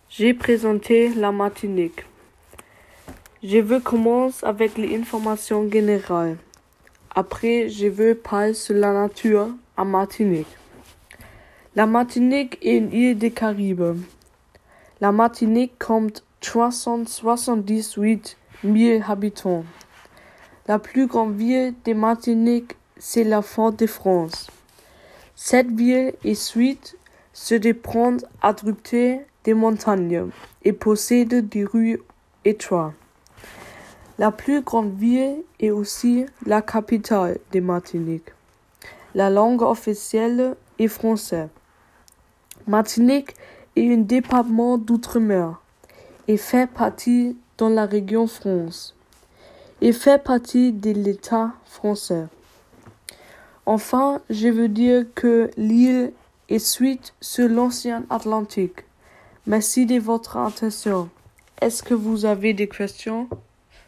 J'ai présenté la Martinique. Je veux commencer avec les informations générales. Après, je veux parler sur la nature à Martinique. La Martinique est une île des Caraïbes. La Martinique compte 378 000 habitants. La plus grande ville de Martinique, c'est la Fort-de-France. Cette ville est suite se prendre abruptée des montagnes et possède des rues étroites. La plus grande ville est aussi la capitale de Martinique. La langue officielle est français. Martinique est un département d'outre-mer et fait partie de la région France. Il fait partie de l'État français. Enfin, je veux dire que l'île est suite sur l'océan Atlantique. Merci de votre attention. Est-ce que vous avez des questions?